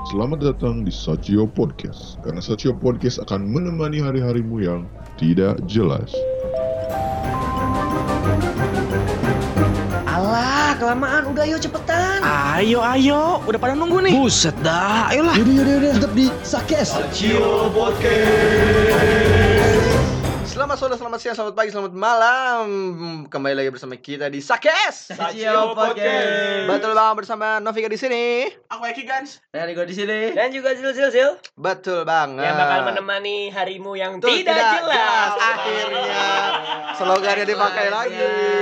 Selamat datang di Sachio Podcast, karena Sachio Podcast akan menemani hari-harimu yang tidak jelas. Alah, kelamaan. Udah ayo cepetan. Ayo, udah pada nunggu nih. Buset dah, ayolah. Yaudah, tetap di Sakes. Selamat sore, selamat siang, selamat pagi, selamat malam. Kembali lagi bersama kita di Sakes. Sachio Podcast. Betul banget, bersama Novika di sini. Aku Eki Gans. Dan gue di sini. Dan juga Zil Betul banget. yang bakal menemani harimu yang Betul, tidak jelas. Akhirnya slogannya dipakai lagi.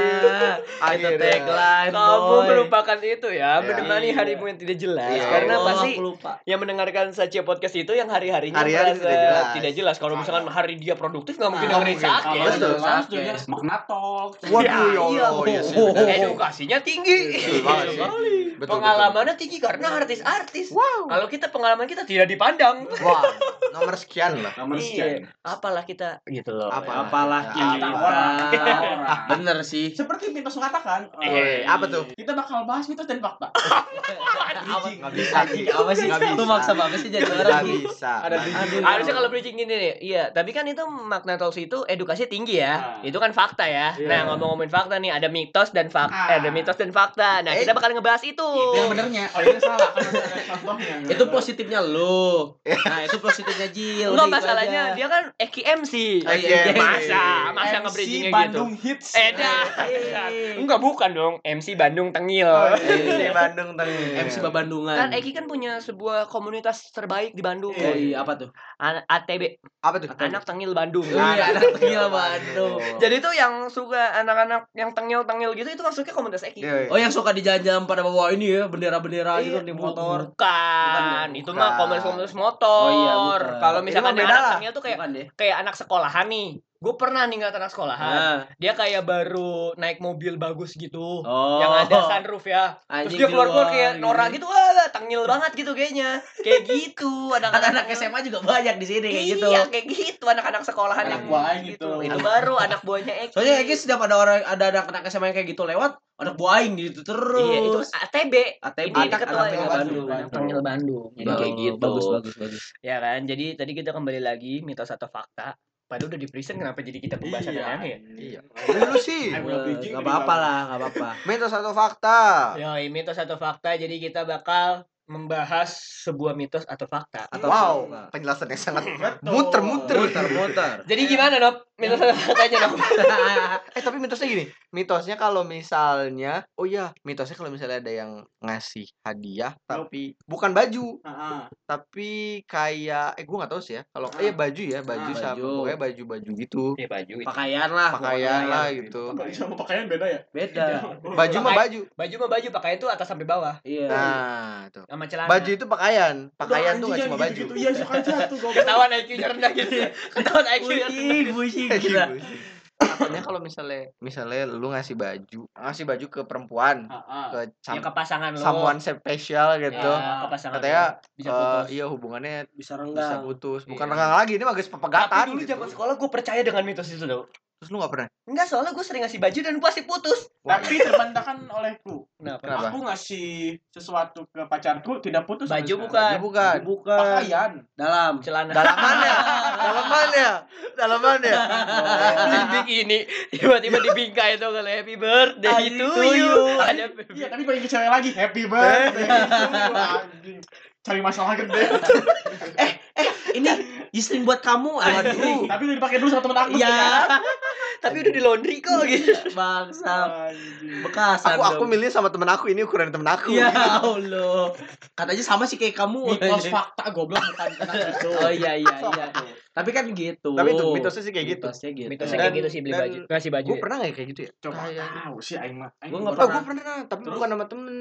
Itu tagline. Kamu boy. melupakan itu ya, Iya. menemani harimu yang tidak jelas. Iya. Karena Oh, pasti aku lupa. yang mendengarkan Sachio Podcast itu yang hari-harinya Hari-hari merasa tidak jelas. Kalau misalkan hari dia produktif nggak mungkin Nggak dengerin mungkin. Sakes. Betul. Makna talk. Waduh, ya Iya, Allah. Iya sih, oh, bener. Edukasinya tinggi. Betul banget sih. Betul, Pengalamannya tinggi karena artis-artis. Kalau kita pengalaman kita tidak dipandang. Wah, nomor sekian lah. Nomor sekian. Apalah kita gitu loh. Apalah Ya, kita. orang. Bener sih. Seperti mitos mengatakan. Apa tuh? Kita bakal bahas mitos dan fakta. Nggak bisa. Apa sih? Nggak bisa. Lu maksa banget sih jadi Nggak orang. bisa. Ada Nggak bridging. bisa. Harusnya kalau bridging gini nih, iya. Tapi kan itu makna talks itu edukasi tinggi ya. Ah. Itu kan fakta ya. Iya. Nah ngomong-ngomongin fakta nih, ada mitos dan fakta. Ah. Ada mitos dan fakta. Nah kita bakal ngebahas itu. Yang benernya. Oh ini salah kan ada contohnya. Itu positifnya lu. Nah, itu positifnya Jil. Enggak Udah, itu masalahnya aja. dia kan Eki MC. Eki Masa MC nge-bridgingnya gitu. Bandung Hits. Enggak bukan dong. MC Bandung Tengil. Di Bandung tadi. MC Babandungan. Kan Eki kan punya sebuah komunitas terbaik di Bandung. Oh iya, apa tuh? ATB, Apa tuh? Anak Tengil Bandung. Iya, anak tengil Bandung. Jadi tuh yang suka anak-anak yang tengil-tengil gitu itu masuknya komunitas Eki. Iya, iya. Oh, yang suka di jalan-jalan pada bawa ini ya, bendera-bendera gitu di motor. Bukan, itu Bukan. mah komunitas motor. Oh iya, bukan. Kalau Ini misalkan mah beda anak lah. tengil tuh kayak Bukan deh. anak sekolahan nih. Gue pernah nih ngeliat anak sekolahan. Nah. Dia kayak baru naik mobil bagus gitu. Oh. Yang ada sunroof ya. Terus Anjing dia keluar-keluar di kayak luar norak gitu. gitu. Wah, tengil banget gitu kayaknya. Kayak gitu. Anak-anak SMA juga banyak di sini kayak gitu. Iya, kayak gitu anak-anak sekolahan Anak yang buah gitu. Itu baru anak buahnya Eki. Soalnya Eki setiap ada anak SMA yang kayak gitu lewat, anak buah aing gitu terus. Iya, itu ATB. ATB. Ini Anak ketua Tengil ya. Bandung. Anak Tengil Bandung. Jadi Oh, kayak gitu. Bagus. Ya kan, jadi tadi kita kembali lagi mitos atau fakta. Padahal udah di present, kenapa jadi kita pembahasan yang aneh ya? Iya. Dulu sih. Gak apa-apa lah, gak apa-apa. Mitos atau fakta? Yoi, mitos atau fakta. Jadi kita bakal membahas sebuah mitos atau fakta. Atau Wow, fakta. penjelasan yang sangat Betul. muter. Jadi gimana, Nob? Mitos atau faktanya, Nob? Tapi mitosnya gini. Mitosnya kalau misalnya, mitosnya kalau misalnya ada yang ngasih hadiah tapi bukan baju, Heeh. tapi kayak gue nggak tahu sih ya. Kalau baju ya, baju Ah, sama baju. pokoknya baju gitu. Ya, baju. Pakaian lah. Pakaian lah pokoknya. gitu. Sama pakaian beda ya? Beda. Baju mah baju. Baju mah baju, pakaian tuh atas sampai bawah. Iya. Nah, tuh. Sama celana. Baju itu pakaian. Pakaian tuh nggak Anjing, cuma yang baju. gitu-gitu. Iya, suka satu goblok. Ketahuan IQ-nya rendah gitu ya. Ketahuan IQ-nya rendah. Pusing Kayak gila. gitu. Takutnya kalau misalnya lu ngasih baju ke perempuan, Heeh. ke Ya ke pasangan lo. someone special gitu. Ya, ke pasangan Katanya lo. Bisa putus. iya hubungannya Bisa bisa renggang. putus. Bukan Iya. renggang lagi, ini mah guys Tapi pepegatan dulu gitu. zaman sekolah gue percaya dengan mitos itu tuh. Terus lu gak pernah? Enggak, soalnya gue sering ngasih baju dan pasti putus. Tapi terbantahkan olehku. Kenapa? Aku ngasih sesuatu ke pacarku tidak putus. Baju sampai bukan. Baju bukan. Bukan. Pakaian. Dalam. Celana. Dalamannya. Dalamannya. Bing ini tiba-tiba dibingkai itu kalau happy birthday Anjing, to to you. you. Ada Iya, tapi bagi cewek lagi happy birthday. Anjing. Cari masalah gede. Ini Yusrin buat kamu. Aduh. Tapi udah dipakai dulu sama temen aku. Ya. tapi udah di laundry kok gitu. Bangsa. Anjing. Bekasan. Aku dong. milih sama temen aku, ini ukuran temen aku. Ya Allah. Katanya sama sih kayak kamu. Mitos fakta goblok bukan gitu. Oh iya. Tapi kan gitu. Tapi itu mitosnya sih kayak gitu. Mitosnya gitu. Mitosnya Dan- kayak gitu sih beli dan baju. Ngasih baju. Gue ya? pernah gak kayak gitu ya? Coba Kayak- tahu sih aing mah. Aing Gua nggak Oh, pernah. gue pernah, tapi Terus? bukan sama temen,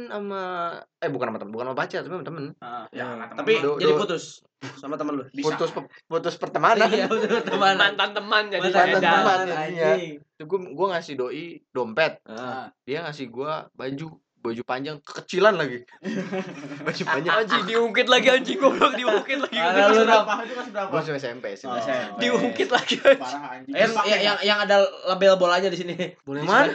bukan sama pacar, tapi sama temen. Heeh. Ya, Tapi Do- jadi do- putus sama temen lu. bisa. Putus pertemanan. Iya, betul teman. Mantan teman jadi Mantan beda. teman. Anjing. Itu gue ngasih doi dompet, Ah. dia ngasih gue baju panjang kekecilan lagi. Baju panjang. Anjing diungkit lagi anjing goblok diungkit lagi. Ada lu dong. Itu kan berapa? Gue masih SMP sih. Oh. Diungkit lagi anjing. Parah anjing. Yang ada label bolanya di sini. Boleh Di mana? sebelah kiri.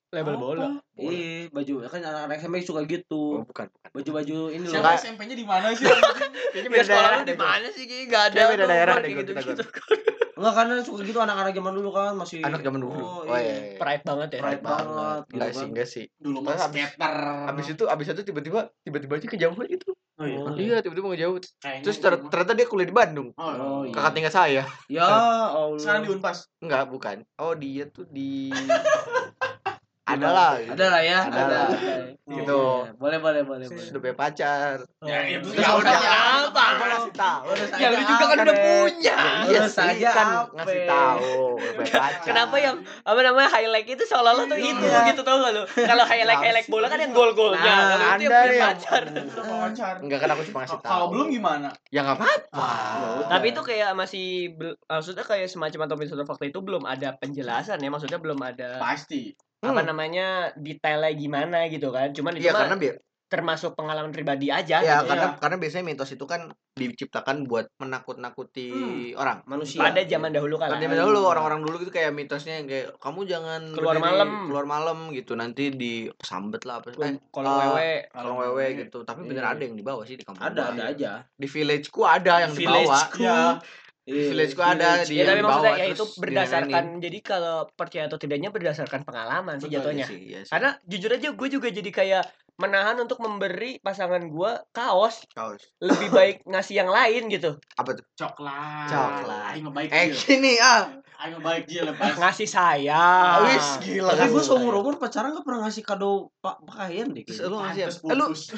Label bola. Iya, baju kan anak-anak SMP suka Oh, gitu. bukan. Baju-baju ini loh. Siapa SMP-nya di mana sih? anjing? Kayaknya Ya beda sekolah daerah lu deh, di mana sih? Ki? Enggak ada. Kayak beda tuh, daerah kayak deh, gua gitu-gitu. Enggak karena suka gitu anak-anak zaman dulu kan masih Anak zaman dulu. Oh, iya. Pride banget ya. Pride banget gitu Enggak kan. sih, enggak sih. Dulu Terus mah habis- skater. Abis itu tiba-tiba aja kejauhan gitu. Oh iya. Iya, tiba-tiba ngejauh. Kayaknya Terus itu mah. ternyata dia kuliah di Bandung. Oh, iya. Kakak tinggal saya. Ya Allah. Sekarang di Unpas. Enggak, bukan. Oh, dia tuh di adalah. Ada lah ya. Ada. Gitu. Iya, boleh. Terus udah punya pacar. Ya, itu Terus ya udah udah. apa? Gua ngasih tahu. Ya lu juga kan udah punya. Iya Terus sih, aja kan apa? ngasih tahu udah punya pacar. Kenapa yang apa namanya highlight itu seolah-olah tuh itu Iya. gitu tau gak lu? Kalau highlight bola kan yang gol-golnya. Nah, Kalau itu yang Anda punya yang pacar. Udah pacar. Enggak, kan aku cuma ngasih tahu. Kalau belum gimana? Ya enggak apa-apa. Tapi itu kayak masih maksudnya kayak semacam atau satu fakta itu belum ada penjelasan ya, maksudnya belum ada Pasti. apa namanya detailnya gimana gitu kan. Cuman itu Iya, mah karena termasuk pengalaman pribadi aja ya gitu. karena biasanya mitos itu kan diciptakan buat menakut-nakuti orang. Manusia. Pada zaman dahulu Kan kala. zaman dahulu orang-orang dulu gitu kayak mitosnya yang kayak kamu jangan Keluar berdiri- malam. keluar malam gitu nanti disambet lah apa Kolong wewe. kolong wewe gitu. Tapi bener Iya. ada yang dibawa sih di kampung. Ada gua. aja. Di villageku ada yang dibawa. Iya. Di villageku ada di Ya tapi yang maksudnya dibawa, ya terus itu berdasarkan dinenenin. jadi kalau percaya atau tidaknya berdasarkan pengalaman sih Betul, jatuhnya. Iya sih. Karena jujur aja gue juga jadi kayak menahan untuk memberi pasangan gue kaos, kaos. lebih baik ngasih yang lain gitu. Apa tuh? Coklat. Coklat. Aing mah baik Gini Aing mah baik Jil lepas. Ngasih sayang. Wis gila. Tapi gue kamu. seumur-umur pacaran gak pernah ngasih kado pakaian deh. Terus lu ngasih Pantes apa? Lu putus.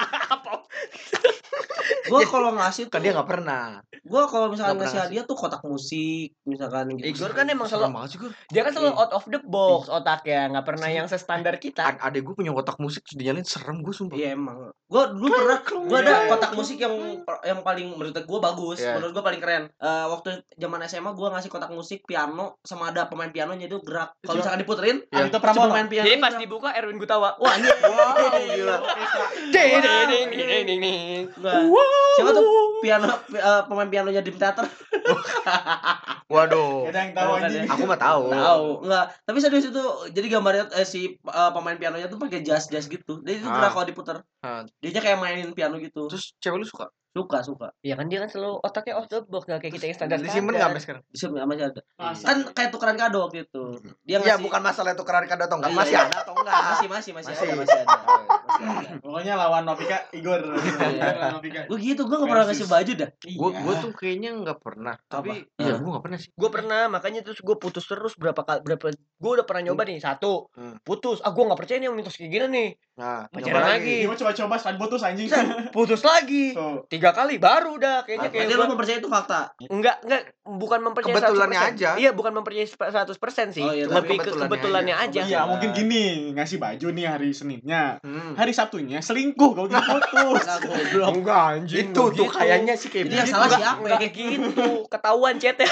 Gue kalau ngasih tuh, kan dia enggak pernah. gue kalau misalkan Nggak ngasih pernah hadiah tuh kotak musik misalkan gitu. Igor kan emang Serem selalu banget sih gue. dia kan selalu out of the box otaknya, nggak pernah yang sestandar kita. Adek gue punya kotak musik terus dinyalain serem gue sumpah. Iya emang. Gue dulu pernah, gue ada kotak musik yang paling menurut gue bagus, Iya. menurut gue paling keren. Waktu zaman SMA gue ngasih kotak musik piano sama ada pemain pianonya itu gerak. Kalau misalkan diputerin, Iya. Itu si Pramono. pemain piano. Jadi pas dibuka Erwin Gutawa. wah anjir. Wow, gila. Ding ding ding ding ding. Gua- Siapa tuh pemain pianonya Dream Theater? Waduh. Ada yang tahu Tahu kan anjing. ya? Aku mah tahu. Tahu, enggak. Tapi serius itu jadi gambarnya si pemain pianonya tuh pakai jas gitu. Dia itu gerak kalau diputer. Ah. Dia kayak mainin piano gitu. Terus cewek lu suka? Suka. Ya kan dia kan selalu otaknya off the box, gak kayak kita yang standar. Disimpen enggak sampai sekarang? Bisa masih ada. Masa? Kan kayak tukeran kado waktu itu. Dia Ya ngasih bukan masalah tukeran kado atau enggak, Iya, masih iya. ada atau enggak? masih Masih. ada. Masih ada. Pokoknya lawan Novika Igor. Lawan Novika. Gue gitu, gue gak pernah ngasih baju dah. Gue tuh kayaknya enggak pernah. Tapi iya gue enggak pernah sih. Gue pernah, makanya terus gue putus terus berapa gue udah pernah nyoba nih satu putus. Gue nggak percaya nih mitos kayak gini nih. Nah, Pacaran nyoba lagi. Dia mau coba-coba sekali putus anjing. Putus lagi Tuh. 3 kali baru udah kayaknya kayak Jadi gua- lo mempercayai itu fakta. enggak bukan mempercayai Kebetulannya 100%. aja. Iya bukan mempercayai 100% sih. Oh, iya, Lebih tapi ke kebetulannya kebetulannya aja. Iya, mungkin gini, ngasih baju nih hari Seninnya. Hmm. Hari Sabtunya selingkuh kalau gitu putus. Enggak goblok. Enggak anjing. Itu tuh kayaknya sih kayak Jadi yang begitu. salah Enggak, siapa enggak ya? kayak gitu. Ketahuan chatnya.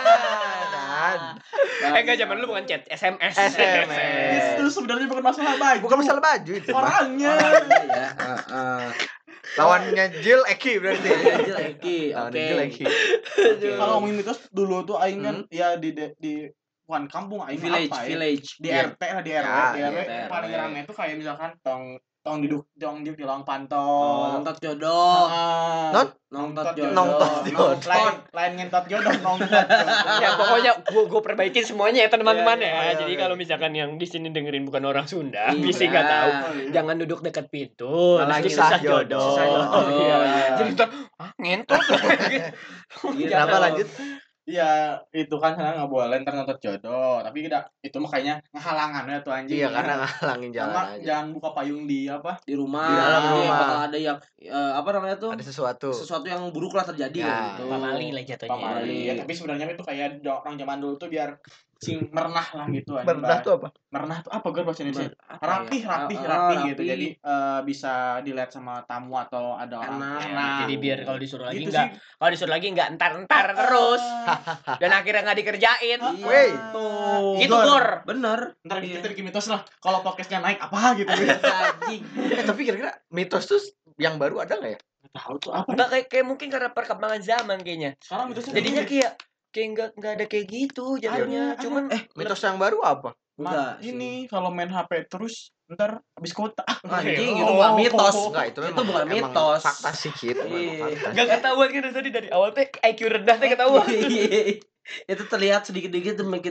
Enggak zaman dulu bukan chat, SMS. SMS. Itu sebenarnya bukan masalah baju. Bukan masalah baju itu. orangnya. Iya, Lawannya Jill Eki berarti. Anjir Eki. Lawannya Oke. Jill Eki. Kalau ngomongin mitos dulu tuh aing kan ya di bukan kampung aing Village, apa ya? village. Di RT lah di RW, Ya, di RW RT. paling rame tuh kayak misalkan tong di Oh, Pilang Pantong. nontot jodoh. Not? Nontot jodoh. Nontot jodoh. Lain ngentot jodoh nontot jodoh. Ya pokoknya gue perbaikin semuanya ya teman-teman Iya, ya. iya, Jadi iya. kalau misalkan yang di sini dengerin bukan orang Sunda, Iya. bisa nggak tahu. Jangan duduk dekat pintu, Malah nanti kisah susah jodoh. jodoh. Kisah jodoh. Iya. Jadi ntar, ngentot. Iya, Kenapa kalau- lanjut? Iya, itu kan sekarang nggak boleh ntar nonton jodoh. Tapi itu mah kayaknya ngehalangannya tuh anjing. Iya karena ngalangin jalan Sama aja. jangan buka payung di apa? di rumah, Di dalam nanti rumah. bakal ada yang apa namanya tuh? Ada sesuatu. Sesuatu yang buruk lah terjadi Ya, gitu. Pamali lah jatuhnya. Pamali. Ya, tapi sebenarnya itu kayak orang zaman dulu tuh biar sing merenah lah gitu anjing. Berenah tuh apa? Merenah tuh apa gue bahasa Indonesia? Apa Rapih ya? rapi gitu. Rapi. Jadi bisa dilihat sama tamu atau ada orang Enak. enak. Jadi biar kalau disuruh lagi Gitu enggak, sih. kalau disuruh lagi enggak entar terus dan akhirnya nggak dikerjain. Wey. Tuh. Gitu Gor. Bener. Ntar kita bikin mitos lah. Kalau podcastnya naik apa gitu. Anjing. Tapi kira-kira mitos tuh yang baru ada nggak ya? Tahu tuh apa? Enggak kayak mungkin karena perkembangan zaman kayaknya. Sekarang mitosnya Jadinya gini. kayak enggak ada kayak gitu jadinya. Ada. Cuman Mitos yang baru apa? Enggak sih. Ini kalau main HP terus ntar habis kuota. Anjing itu bukan mitos. Enggak, itu memang bukan emang mitos. fakta sih, Kit. Emang Iya. fakta. Gak ketahuan kan tadi dari awal teh IQ rendah teh ketahuan. Itu terlihat sedikit-sedikit makin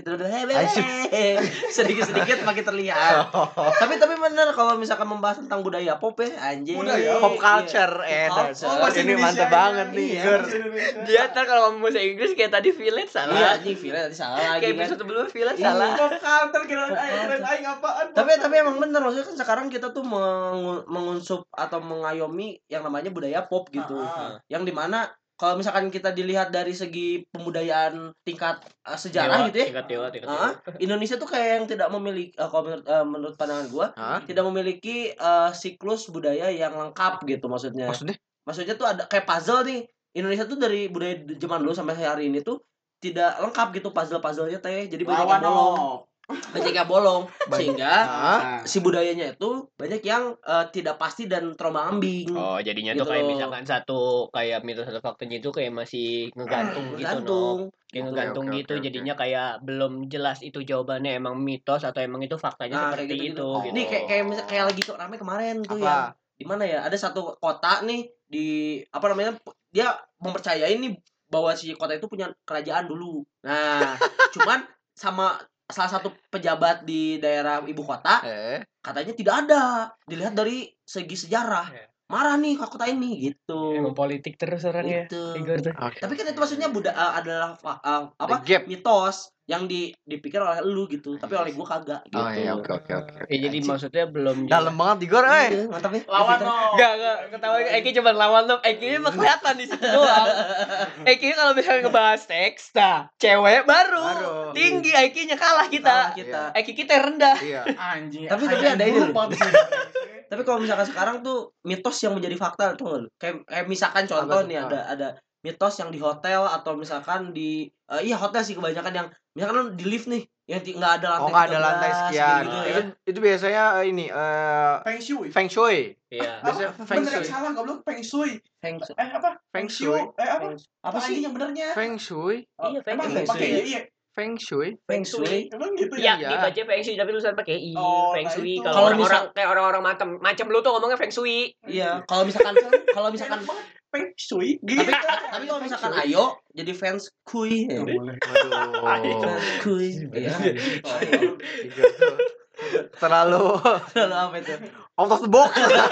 sedikit-sedikit makin terlihat. Tapi benar kalau misalkan membahas tentang budaya pop ya, anjing. Budaya? Pop culture Pop culture. ini mantep banget nih, Iya. Gur. Dia ntar kalau ngomong bahasa Inggris kayak tadi Village Iya, salah. anjing Vira tadi salah lagi Kayak kan. episode sebelumnya Village Iya. salah. Pop culture kira Pop culture. aing apaan? Tapi emang bener, maksudnya kan sekarang kita tuh mengunsup atau mengayomi yang namanya budaya pop gitu. Yang dimana kalau misalkan kita dilihat dari segi pembudayaan tingkat sejarah gitu ya, Tingkat dewa. Indonesia tuh kayak yang tidak memiliki kalau menurut pandangan gua Hah? tidak memiliki siklus budaya yang lengkap gitu maksudnya. Maksudnya tuh ada kayak puzzle nih. Indonesia tuh dari budaya zaman dulu sampai hari ini tuh tidak lengkap gitu puzzle-puzzlenya teh. Jadi banyak yang bolong. Banyak yang bolong sehingga si budayanya itu banyak yang tidak pasti dan terombang-ambing. Oh, jadinya Gitu tuh kayak loh. misalkan kayak mitos atau faktanya itu kayak masih ngegantung gitu, Gantung. Kayak ngegantung Oke, gitu, oke. jadinya kayak belum jelas itu jawabannya emang mitos atau emang itu faktanya Nah, seperti kayak itu gitu. gitu. Ini kayak lagi rame kemarin tuh Apa? ya. Di mana ya? Ada satu kota nih di apa namanya? Dia mempercayai nih bahwa si kota itu punya kerajaan dulu. Nah, cuman sama salah satu pejabat di daerah ibu kota katanya tidak ada. Dilihat dari segi sejarah. Marah nih ke kota ini gitu. Emang politik terus orangnya. Gitu. Igor tuh. Tapi kan itu maksudnya adalah The gap. mitos yang dipikir oleh lu gitu, tapi oleh gua kagak gitu. Oh iya, oke. Jadi maksudnya belum Dalam banget, Igor, Iya, mantap ya. Lawan Gitu. no. Enggak ketawa Eki cuma lawan lo. Eki mah kelihatan di situ doang. Eki kalau misalnya ngebahas teks, cewek baru. Tinggi Eki-nya kalah Kita. kita. Eki kita rendah. Iya. Anjing. Tapi ada ini loh. Tapi kalau misalkan sekarang tuh mitos yang menjadi fakta tuh nggak lu? Kayak misalkan contoh Apa tuh? nih ada mitos yang di hotel atau misalkan di hotel sih kebanyakan yang misalkan lu di lift nih yang nggak ada lantai Nggak ada 13, lantai sekian. gitu Itu, ya. itu biasanya ini Feng Shui. Feng Shui. Iya. Biasanya Feng Bener Shui. salah goblok Feng Shui. Feng Apa? Feng Shui. Apa? apa sih? Yang benernya? Feng Shui. Iya, Feng Emang Shui. pakai iya. Feng Shui. Feng Shui. Emang gitu Iya, ya? Iya. dibaca Feng Shui tapi tulisan pakai I. Oh, Feng nah Shui. itu. Kalau Kalau orang-orang kayak orang-orang macam lu tuh ngomongnya Feng Shui. Iya, kalau misalkan Enak banget. Feng Shui. tapi kalau misalkan ayo jadi fans kui. Waduh. Fans kui. Iya. Igor tuh terlalu Lalu apa itu? out of the box.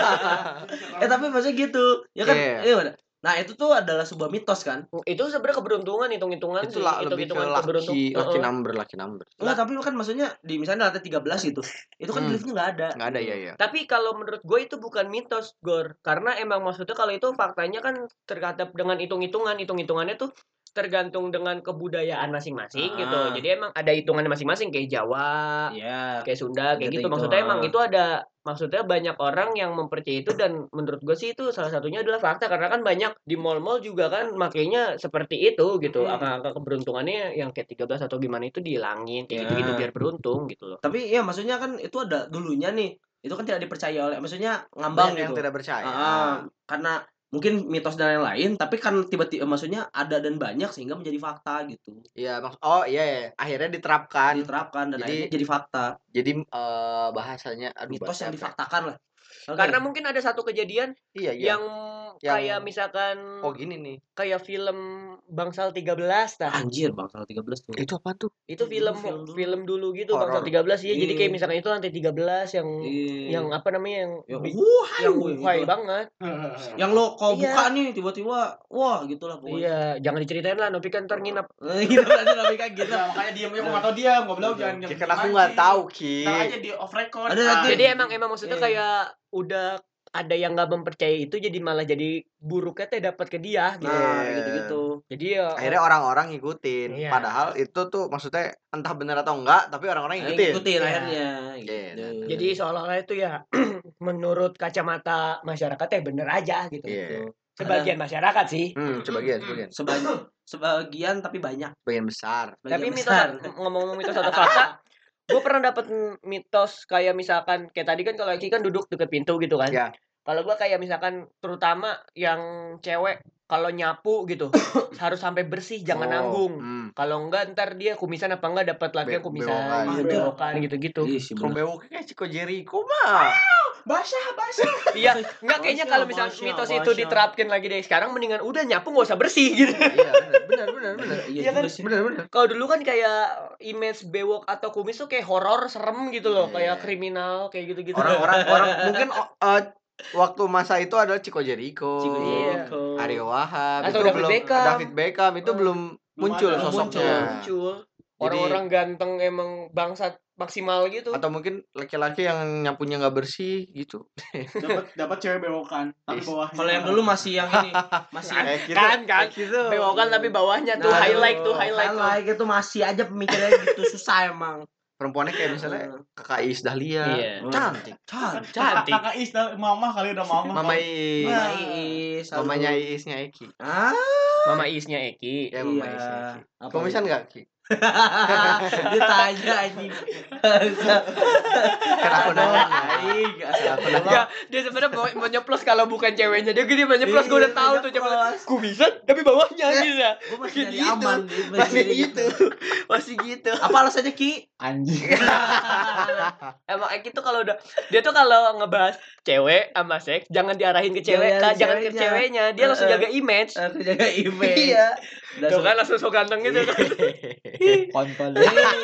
Tapi maksudnya gitu. Ya kan? Iya. Iya, bener. Nah, itu tuh adalah sebuah mitos kan? Itu sebenarnya keberuntungan, hitung-hitungan Itu lah lebih ke laki number. Enggak, tapi kan maksudnya di misalnya lantai 13 gitu. Itu kan liftnya enggak ada. Nggak ada ya. Tapi kalau menurut gue itu bukan mitos, Gor. Karena emang maksudnya kalau itu faktanya kan terhadap dengan hitung-hitungannya tuh tergantung dengan kebudayaan masing-masing gitu. Jadi emang ada hitungannya masing-masing kayak Jawa, Iya. kayak Sunda, kayak gitu. Gitu. Maksudnya emang itu ada maksudnya banyak orang yang mempercayai itu dan menurut gue sih itu salah satunya adalah fakta karena kan banyak di mall-mall juga kan makanya seperti itu gitu. Angka-angka keberuntungannya yang kayak 13 atau gimana itu dihilangin kayak gitu-gitu biar beruntung gitu loh. Tapi ya maksudnya kan itu ada dulunya nih. Itu kan tidak dipercaya oleh maksudnya ngambang Banyak yang gitu. tidak percaya. Karena mungkin mitos dan lain-lain, tapi kan tiba-tiba maksudnya ada dan banyak sehingga menjadi fakta gitu. Iya, iya. Akhirnya diterapkan. Diterapkan dan Jadi- akhirnya jadi fakta. Jadi bahasanya Mitos bahasa yang apa ya? difaktakan lah. Karena mungkin ada satu kejadian Iya. yang kayak misalkan gini nih. kayak film Bangsal 13 Anjir, Bangsal 13 tuh. Itu apa tuh? Itu film dulu gitu Horor. Bangsal 13 ya. Jadi Iya. kayak misalkan itu lantai 13 yang apa namanya yang yang wuhai banget. Yang lo kalau Iya. buka nih tiba-tiba wah gitulah pokoknya. Iya, jangan diceritain lah Nopi kan ntar nginap. Gitu kan tapi kan gitu. Nah, makanya diam aja kok enggak tahu diam, goblok jangan. Kan aku nggak tahu, Ki. Ntar aja di off record. Ada nanti. Jadi emang maksudnya Iya. kayak udah ada yang nggak mempercayai itu jadi malah jadi buruknya teh dapat ke dia gitu. Nah, Iya. gitu-gitu. Jadi ya Akhirnya orang-orang ngikutin. Iya. Padahal itu tuh maksudnya entah benar atau enggak, tapi orang-orang ngikutin. Ngikutin Iya. akhirnya Iya, gitu. jadi seolah-olah itu ya menurut kacamata masyarakatnya bener aja gitu. Iya. Sebagian masyarakat sih. Sebagian. Sebagian tapi banyak. Sebagian besar. Tapi Sebagian mitos besar. ngomong-ngomong mitos atau fakta, gue pernah dapet mitos kayak misalkan kayak tadi kan kalau Eki kan duduk deket pintu gitu kan. Iya. Kalau gua kayak misalkan terutama yang cewek kalau nyapu gitu harus sampai bersih, jangan nanggung. Kalau enggak ntar dia kumisan apa enggak dapat lagi yang kumisan, bewokan. bewokan gitu-gitu. Iya sih Kalau bener. bewok kayak Chico Jericho mah. Basah. Iya, enggak kayaknya kalau misal mitos itu diterapkan lagi dari sekarang mendingan udah nyapu enggak usah bersih gitu. Iya, benar. Iya kan? juga sih. Benar. Kalau dulu kan kayak image bewok atau kumis tuh kayak horor, serem gitu loh, kayak kriminal kayak gitu-gitu. Orang mungkin waktu masa itu adalah Chico Jericho, Iya. Aryo Wahab, Atau itu David belum Beckham. David Beckham itu belum muncul ada. sosoknya. Muncul. Orang-orang ganteng emang bangsat maksimal gitu. Atau mungkin laki-laki yang nyapunya nggak bersih gitu. Dapat cewek bewokan tapi bawahnya. Kalau yang dulu masih yang ini, masih kan gitu. bewokan tapi bawahnya tuh highlight tuh. highlight itu masih aja pemikirannya gitu susah emang. Perempuannya kayak misalnya Kakak Iis Dahlia. Iya. Cantik. Cantik. Kakak Is, mama kali udah mama. Mama Iis. Nah. Iis, Mamanya Iisnya Eki. Mama Isnya Eki. Ya, Mama Iisnya Eki. Apa Komisan enggak, Ki? ditanya anjing. Kan aku nanya. Enggak, dia sebenarnya mau nyeplos kalau bukan ceweknya. Dia gini mau nyeplos, gue udah tahu tuh nyeplos. Kumisan tapi bawahnya gitu. Gue masih nyari Gitu. aman Masih gitu. Masih gitu. Apa alasannya Ki? Anjing. Emang Eki tuh kalau udah dia tuh kalau ngebahas cewek sama seks jangan diarahin ke cewek, jangan ke ceweknya. Dia langsung jaga image. Aku jaga image. Iya. Tuh kan langsung so ganteng gitu kan. Kontol.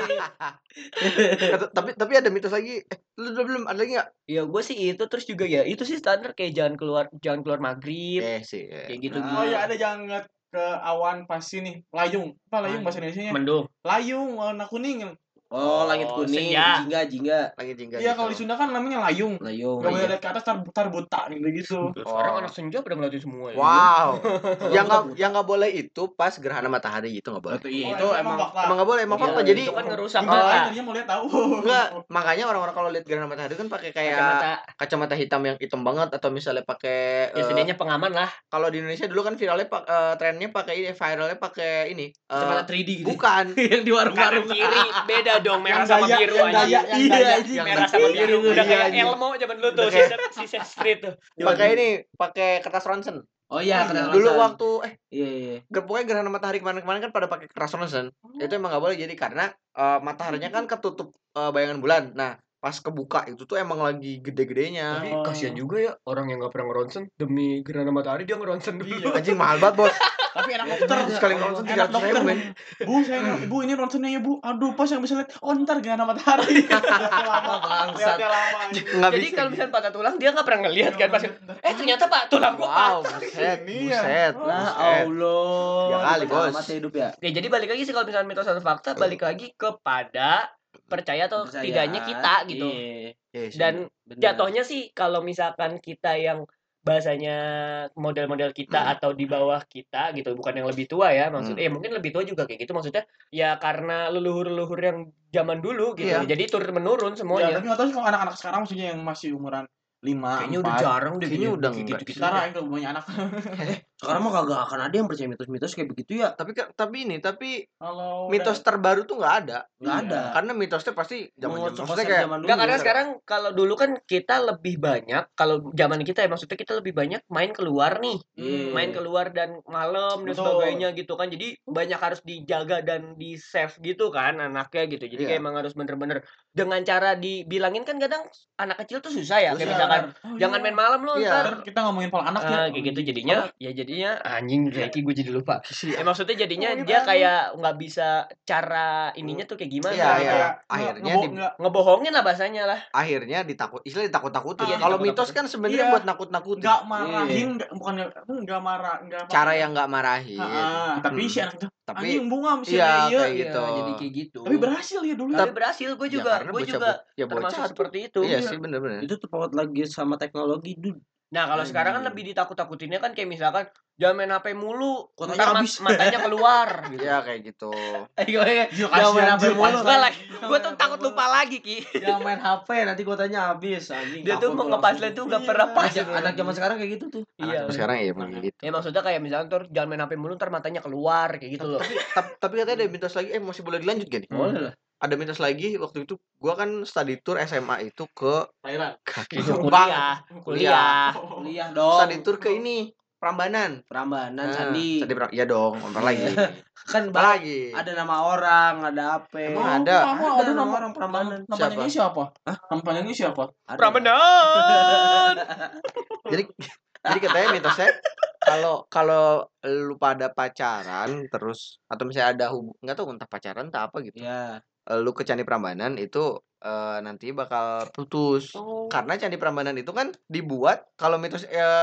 Tapi ada mitos lagi. Lu belum ada lagi enggak? Ya gue sih itu terus juga ya itu sih standar kayak jangan keluar maghrib Sih. kayak gitu. Oh ya ada jangan ngeliat ke awan pas ini layung. Apa layung bahasa Indonesianya? Mendung. Layung warna kuning. Oh, langit kuning, senja. jingga. Lagi jingga. Iya gitu. kalau di Sunda kan namanya layung. Layung. Gak boleh lihat ke atas tar buta gitu. Sekarang anak senja pada ngeliatin semua ya. Wow. yang nggak boleh itu pas gerhana matahari itu nggak boleh. Iya, Oh, itu emang fakta. Emang nggak boleh, emang Iya, fakta. Jadi itu kan ngerusak Gimana mata. tadinya mau lihat tahu. enggak, makanya orang-orang kalau lihat gerhana matahari kan pakai kayak kacamata hitam yang hitam banget atau misalnya pakai Ya setidaknya pengaman lah. kalau di Indonesia dulu kan trennya pakai ini Kacamata 3D gitu. bukan Yang di Kanan warung-warung. kiri beda dong merah Yang sama daya, biru yang anjing. daya, Iya, yang Merah sama daya. biru udah Iya, kayak anjing. Elmo zaman dulu tuh Udah si Sesame Street tuh. pakai kertas ronsen. Oh iya, kena Dulu alasan. waktu Iya. pokoknya gerhana matahari kemarin kan pada pakai kertas ronsen. Itu emang nggak boleh jadi karena mataharinya kan ketutup bayangan bulan. Nah, pas kebuka itu tuh emang lagi gede-gedenya. Tapi kasihan juga ya orang yang nggak pernah ngeronsen demi gerhana matahari dia ngeronsen dulu. Anjing mahal banget, Bos. Tapi enak dokter. Sekali ronsen Enak 300 dokter. ribu, men. Bu, Bu ini ronsennya ya, Bu. Aduh, pas yang bisa lihat. Oh, ntar gerhana matahari. Bangsat. Lihatnya lama. Nggak Jadi bisa. kalau misalnya patah tulang dia nggak pernah ngelihat kan pas ternyata Pak tulang gua patah. Wow, buset. Nah, Buset. Allah. Ya kali, Bos. Mati hidup ya. Ya jadi balik lagi sih kalau misalnya mitos atau fakta balik lagi kepada percaya atau tidaknya kita gitu. Iya. Dan Bener. jatuhnya sih kalau misalkan kita yang bahasanya model-model kita atau di bawah kita gitu bukan yang lebih tua ya maksudnya ya mungkin lebih tua juga kayak gitu maksudnya ya karena leluhur-leluhur yang zaman dulu gitu Iya. jadi turun menurun Ya, semuanya. tapi nggak tahu sih kalau anak-anak sekarang maksudnya yang masih umuran 5, Kayaknya udah 4. jarang deh Kayaknya udah gitu enggak. gitu. Sekarang itu banyak anak. Sekarang mah kagak akan ada yang percaya mitos-mitos kayak begitu ya. Tapi Kalau mitos terbaru tuh nggak ada. Nggak ada. Karena mitosnya pasti zaman-zaman Konsep maksudnya kayak zaman dulu. Enggak karena sekarang kalau dulu kan kita lebih banyak kalau zaman kita ya maksudnya kita lebih banyak main keluar nih. Iya. Main keluar dan malam dan Betul. sebagainya gitu kan. Jadi banyak harus dijaga dan di save gitu kan anaknya gitu. Jadi Iya. kayak emang harus bener-bener dengan cara dibilangin kan kadang anak kecil tuh susah ya. Kayak misalkan jangan main malam lu Iya. ntar. Ntar kita ngomongin pola anak ya. Kayak gitu jadinya anjing kayak gue jadi lupa. Iya. Maksudnya jadinya Ngomongin dia anak. kayak nggak bisa cara ininya tuh kayak gimana. Iya, gitu. iya. Akhirnya Ngebohongin lah bahasanya lah. akhirnya ditakut-takutin. Iya, Kalau ditakut-takutin. mitos kan sebenarnya Iya. buat nakut-nakutin. Nggak marahin, bukan nggak marah, nggak apa. Cara yang nggak marahin. Tapi si anak itu Tapi anjing bunga si iya, iya. kayak gitu. Jadi kayak gitu. Tapi berhasil ya dulu. Tapi berhasil gue juga. karena Gue bocah- juga ya termasuk bocah tuh. seperti itu. Iya sih bener-bener. Itu terpaut lagi sama teknologi dulu. Nah kalau sekarang kan lebih ditakut-takutinnya kan kayak misalkan jangan main HP mulu, Kuotanya ntar habis. matanya keluar. Gitu. Iya kayak gitu. Jangan main HP mulu. Enggak lah, gue tuh takut lupa lagi Ki. Jangan main HP nanti kuotanya habis anjing. Dia tuh Takut mau gua ngepaslin langsung. tuh gak pernah pas. Anak zaman sekarang kayak gitu tuh. Iya. Anak sekarang ya emang gitu. Ya maksudnya kayak misalkan tuh jangan main HP mulu ntar matanya keluar kayak gitu loh. Tapi katanya ada mitos lagi masih boleh dilanjut gak nih? Boleh lah. ada mitos lagi waktu itu gua kan study tour SMA itu ke Thailand. Kuliah dong. Study tour ke ini Prambanan. Prambanan Candi. Iya dong, apa lagi? Kan Apa lagi? ada nama orang, ada apa? Emang ada. Kamu Ada nama orang Prambanan. Nama panjangnya siapa? Nama panjangnya siapa? Ada. Prambanan. Jadi katanya mitosnya kalau lu pada pacaran terus atau misalnya ada nggak tahu entah pacaran entah apa gitu. Iya. Lu ke Candi Prambanan itu nanti bakal putus. Karena Candi Prambanan itu kan dibuat kalau mitos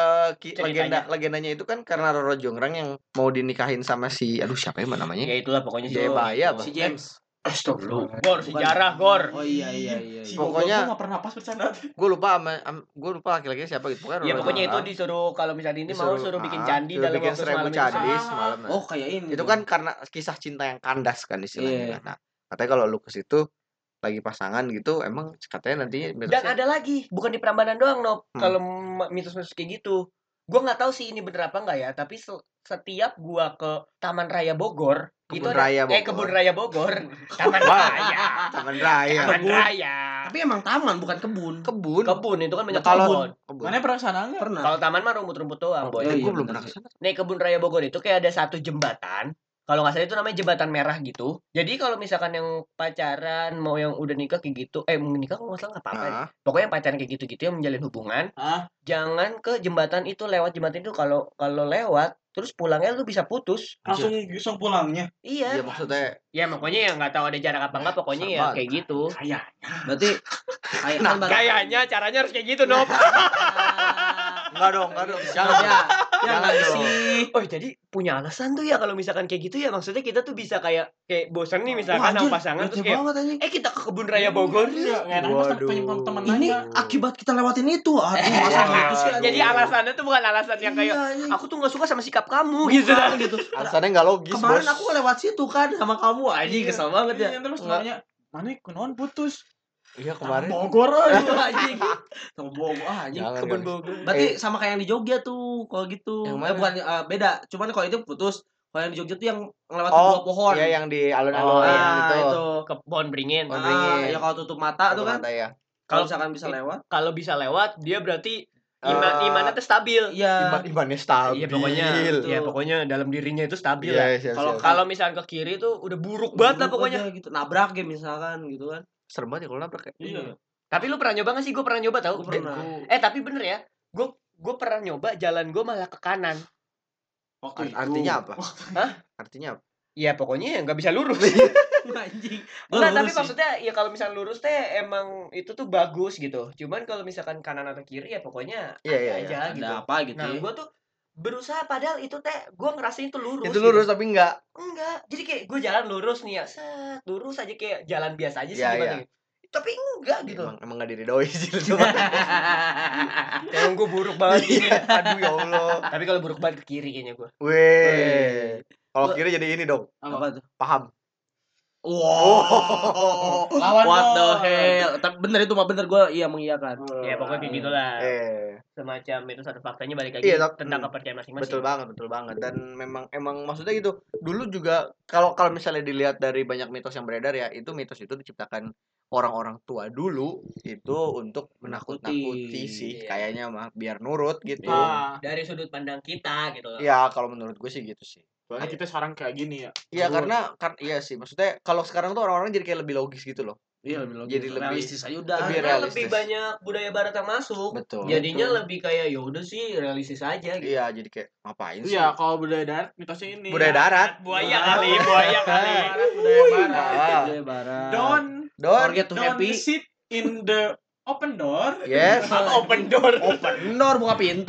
legendanya itu kan karena Roro Jonggrang yang mau dinikahin sama si siapa ya namanya? Ya itulah pokoknya Jaya Baya apa? Si James. Astagfirullah. Gor sejarah Gor. Oh iya. Pokoknya gue gak pernah pas bercanda. gue lupa laki-laki siapa gitu. Ya pokoknya itu disuruh kalau misalnya ini mau suruh bikin candi dalam bikin waktu 1000 semalam candi itu. semalam. Oh kayak ini. Itu kan karena kisah cinta yang kandas kan istilahnya. Nah, katanya kalau lu ke situ lagi pasangan gitu emang katanya nanti Dan ada lagi, bukan di Prambanan doang, Nop. Kalau mitos-mitos kayak gitu. Gua nggak tahu sih ini bener apa enggak ya, tapi setiap gua ke Taman Raya Bogor, Kebun Raya Bogor. Taman Raya. Taman Raya. Tapi emang taman bukan kebun. Kebun itu kan banyak kebun. Mana pernah sana enggak? Pernah. Kalau taman mah rumput-rumput doang, Boy. Gue belum pernah kesana. Nih Kebun Raya Bogor itu kayak ada satu jembatan. Kalau nggak salah itu namanya jembatan merah gitu. Jadi kalau misalkan yang pacaran mau yang udah nikah kayak gitu, mau nikah kalau nggak salah nggak apa-apa. Pokoknya yang pacaran kayak gitu-gitu yang menjalin hubungan, jangan ke jembatan itu, lewat jembatan itu. Kalau lewat terus pulangnya lu bisa putus. Langsung pulangnya. Iya. Iya maksudnya. Ya pokoknya ya nggak tahu ada jarak apa enggak, pokoknya ya kayak gitu. Kayaknya. Berarti Kayaknya caranya harus kayak gitu, Nop. Enggak dong. Jangan sih. Oh, jadi punya alasan tuh ya kalau misalkan kayak gitu ya. Maksudnya kita tuh bisa kayak bosan nih misalkan sama pasangan terus kayak kita ke Kebun Raya Bogor. Iya, enggak enak pas teman ini akibat kita lewatin itu. Aduh, masa gitu sih. Jadi alasannya tuh bukan alasan yang kayak aku tuh nggak suka sama sikap kamu gitu kan gitu. Alasannya enggak logis, Bos. Kemarin aku lewat situ kan sama kamu. Anjing kesel banget ya. Terus namanya mana kunaon putus. Iya kemarin. Bogor anjing. Sama Bogor anjing. Kebun Bogor. Berarti sama kayak yang di Jogja tuh kalau gitu. Bukan beda. Cuman kalau itu putus. Kalau yang di Jogja tuh yang ngelewatin dua pohon. Iya yang di alun-alun itu. Ke pohon beringin. Ya kalau tutup mata tuh kan. Kalau misalkan bisa lewat. Kalau bisa lewat dia berarti imannya tuh stabil. Iya. Imannya stabil. Iya pokoknya dalam dirinya itu stabil ya. Kalau misalkan ke kiri tuh udah buruk banget lah pokoknya. Gitu. Nabrak ya misalkan gitu kan. Serem banget ya kalau nabrak ya. Iya. Tapi lu pernah nyoba gak sih? Gue pernah nyoba tau. Tapi bener ya. Gue pernah nyoba jalan gue malah ke kanan. Artinya apa? Hah? Artinya apa? Ya pokoknya nggak bisa lurus. Anjing. Enggak, tapi maksudnya ya kalau misalnya lurus teh emang itu tuh bagus gitu. Cuman kalau misalkan kanan atau kiri ya pokoknya aja gitu. Ada apa gitu. Nah, gue tuh berusaha padahal itu teh gue ngerasain itu lurus. Itu lurus gitu. Tapi enggak. Jadi kayak gue jalan lurus nih ya. Lurus aja kayak jalan biasa aja sih gimana gitu. Tapi enggak gitu. Emang enggak diridoi sih cuma. Emang gue buruk banget ini. Aduh ya Allah. Tapi kalau buruk banget ke kiri kayaknya gue. Weh. Kalau kiri jadi ini dong. Apa tuh? Paham. Wow. Lawan What the hell? Tapi bener itu mah bener gue mengiyakan. Ya pokoknya kayak gitulah. Semacam itu satu faktanya balik lagi tentang kepercayaan masing-masing. Betul banget. Dan emang maksudnya gitu. Dulu juga kalau misalnya dilihat dari banyak mitos yang beredar ya, itu mitos itu diciptakan orang-orang tua dulu itu untuk menakut-nakuti sih kayaknya mah biar nurut gitu. Dari sudut pandang kita gitu. Ya kalau menurut gue sih gitu sih. Soalnya kita sekarang kayak gini ya. Iya karena iya sih maksudnya kalau sekarang tuh orang-orang jadi kayak lebih logis gitu loh. Iya lebih logis. Jadi lebih realistis aja udah. Lebih banyak budaya barat yang masuk. Betul. Jadinya lebih kayak ya udah sih realistis aja gitu. Iya jadi kayak ngapain sih? Iya kalau budaya darat mitosnya ini. Budaya darat. Buaya kali. Budaya barat. Don't forget to happy. Sit in the open door. Yes. Open door. Buka pintu.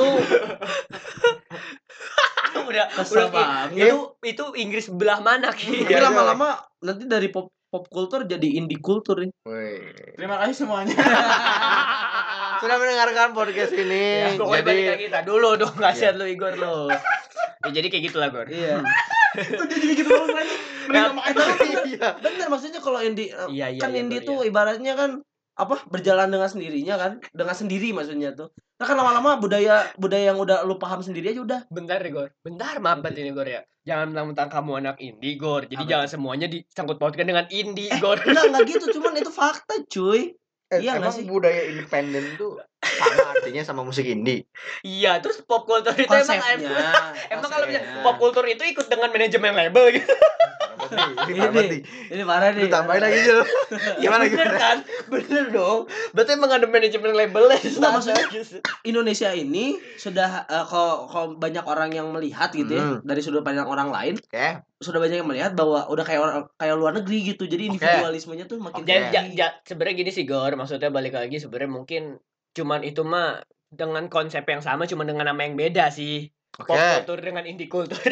udah banget. Itu Inggris belah mana Ki? Tapi lama-lama nanti dari pop culture jadi indie culture nih. Terima kasih semuanya. Sudah mendengarkan podcast ini. Pokoknya balik lagi kita dulu dong, kasihan lu Igor lo. Ya jadi kayak gitulah Gor. Iya. Itu jadi gitu terus lagi. Bener maksudnya kalau indie kan indie tuh ibaratnya kan berjalan dengan sendirinya kan, dengan sendiri maksudnya tuh. Nah kan lama-lama budaya yang udah lu paham sendiri aja udah. Bentar deh Gor, maaf banget ini Gor ya. Jangan mentang-mentang kamu anak indie Gor, jadi jangan semuanya disangkut pautkan dengan indie Gor. Enggak gitu, cuman itu fakta cuy. Iya nggak emang sih? budaya independen tuh sama artinya sama musik indie. Iya, terus pop culture itu Konsepnya. emang kalau pop culture itu ikut dengan manajemen label gitu. Ini parah nih. Ditambahin lagi Jul. Gimana Bener kan? Bener dong. Berarti emang ada manajemen labelnya. Enggak, maksudnya Indonesia ini sudah kalau banyak orang yang melihat gitu ya dari sudut pandang orang lain. Sudah banyak yang melihat bahwa udah kayak luar negeri gitu. Jadi individualismenya tuh makin sebenarnya gini sih Gor, maksudnya balik lagi sebenarnya mungkin cuman itu mah dengan konsep yang sama cuman dengan nama yang beda sih. Pop culture dengan indie culture.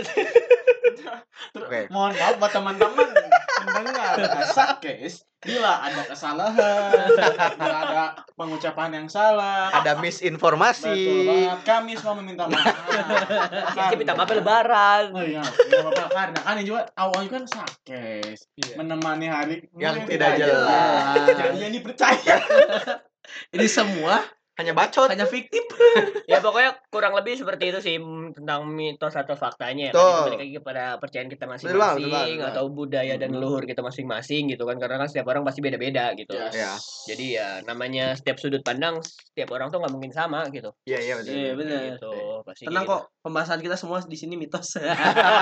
Mohon maaf buat teman-teman mendengar Sakes, bila ada kesalahan, bila ada pengucapan yang salah, ada misinformasi, betul banget, kami semua meminta maaf. Kita minta maaf lebaran. Oh iya, nggak apa-apa karena kan ini juga awalnya kan Sakes menemani hari yang tidak jelas. Jadi yang dipercaya. Ini semua hanya bacot, hanya fiktif. Ya pokoknya kurang lebih seperti itu sih tentang mitos atau faktanya. Kan balik lagi kepada percayaan kita masing-masing atau budaya dan leluhur kita masing-masing gitu kan, karena kan setiap orang pasti beda-beda gitu. Jadi ya namanya setiap sudut pandang setiap orang tuh nggak mungkin sama gitu. Iya betul. Iya benar. Gitu, pasti tenang gitu. Kok pembahasan kita semua di sini mitos. Jadi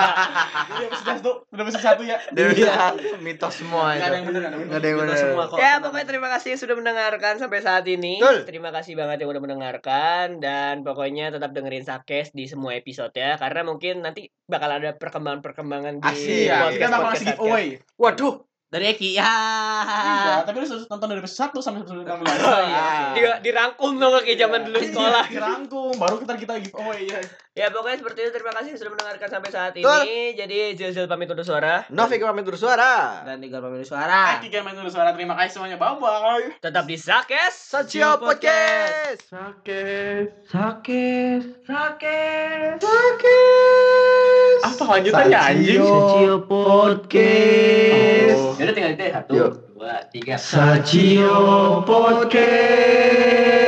udah satu ya. Mitos semua itu. Nggak ada yang benar, nggak ada yang benar. Ya pokoknya terima kasih yang sudah mendengarkan sampai saat ini. Terima kasih banget yang udah mendengarkan, dan pokoknya tetap dengerin Sakes di semua episode ya, karena mungkin nanti bakal ada perkembangan-perkembangan di kita bakal ngasih giveaway. Waduh, dari Eki ya. Iya, tapi lu harus nonton dari episode 1 sampai episode 16. Dirangkum dong kayak zaman dulu sekolah. Dirangkum, baru kita giveaway ya. Ya pokoknya seperti itu, terima kasih sudah mendengarkan sampai saat ini. Jadi Zil pamit undur suara. Novik pamit undur suara. Dan Igal pamit undur suara. Eki pamit undur suara. Terima kasih semuanya. Bye-bye. Tetap di Sakes Sachio Podcast. Sakes. Apa lanjutannya anjing? Sachio Podcast. Jadi tinggal itu 1, 2, 3. Sachio Podcast.